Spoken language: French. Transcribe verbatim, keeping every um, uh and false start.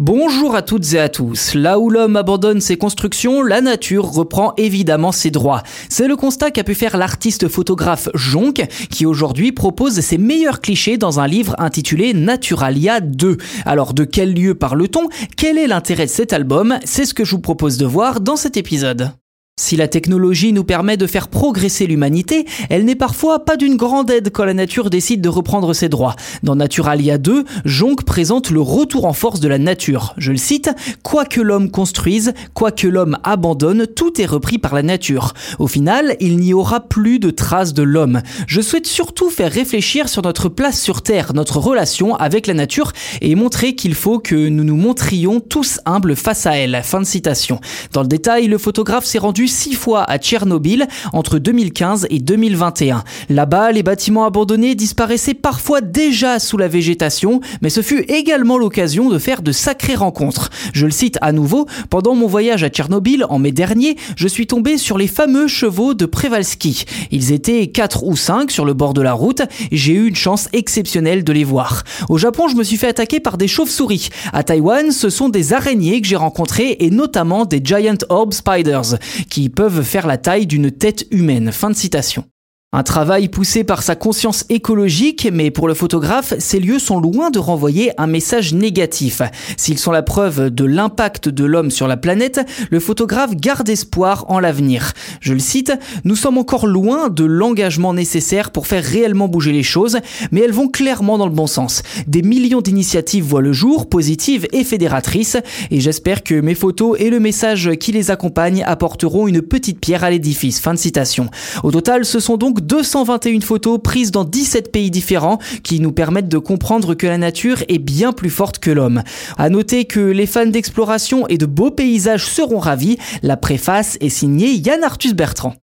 Bonjour à toutes et à tous. Là où l'homme abandonne ses constructions, la nature reprend évidemment ses droits. C'est le constat qu'a pu faire l'artiste photographe Jonc, qui aujourd'hui propose ses meilleurs clichés dans un livre intitulé Naturalia deux. Alors de quel lieu parle-t-on ? Quel est l'intérêt de cet album ? C'est ce que je vous propose de voir dans cet épisode. Si la technologie nous permet de faire progresser l'humanité, elle n'est parfois pas d'une grande aide quand la nature décide de reprendre ses droits. Dans Naturalia deux, Jonc présente le retour en force de la nature. Je le cite, « Quoi que l'homme construise, quoi que l'homme abandonne, tout est repris par la nature. Au final, il n'y aura plus de traces de l'homme. Je souhaite surtout faire réfléchir sur notre place sur Terre, notre relation avec la nature et montrer qu'il faut que nous nous montrions tous humbles face à elle. » Fin de citation. Dans le détail, le photographe s'est rendu six fois à Tchernobyl entre deux mille quinze et deux mille vingt et un. Là-bas, les bâtiments abandonnés disparaissaient parfois déjà sous la végétation, mais ce fut également l'occasion de faire de sacrées rencontres. Je le cite à nouveau, pendant mon voyage à Tchernobyl en mai dernier, je suis tombé sur les fameux chevaux de Przewalski. Ils étaient quatre ou cinq sur le bord de la route, j'ai eu une chance exceptionnelle de les voir. Au Japon, je me suis fait attaquer par des chauves-souris. À Taïwan, ce sont des araignées que j'ai rencontrées et notamment des giant orb spiders, qui peuvent faire la taille d'une tête humaine. Fin de citation. Un travail poussé par sa conscience écologique, mais pour le photographe, ces lieux sont loin de renvoyer un message négatif. S'ils sont la preuve de l'impact de l'homme sur la planète, le photographe garde espoir en l'avenir. Je le cite, « Nous sommes encore loin de l'engagement nécessaire pour faire réellement bouger les choses, mais elles vont clairement dans le bon sens. Des millions d'initiatives voient le jour, positives et fédératrices, et j'espère que mes photos et le message qui les accompagne apporteront une petite pierre à l'édifice. » Fin de citation. Au total, ce sont donc deux cent vingt et une photos prises dans dix-sept pays différents qui nous permettent de comprendre que la nature est bien plus forte que l'homme. À noter que les fans d'exploration et de beaux paysages seront ravis. La préface est signée Yann Arthus Bertrand.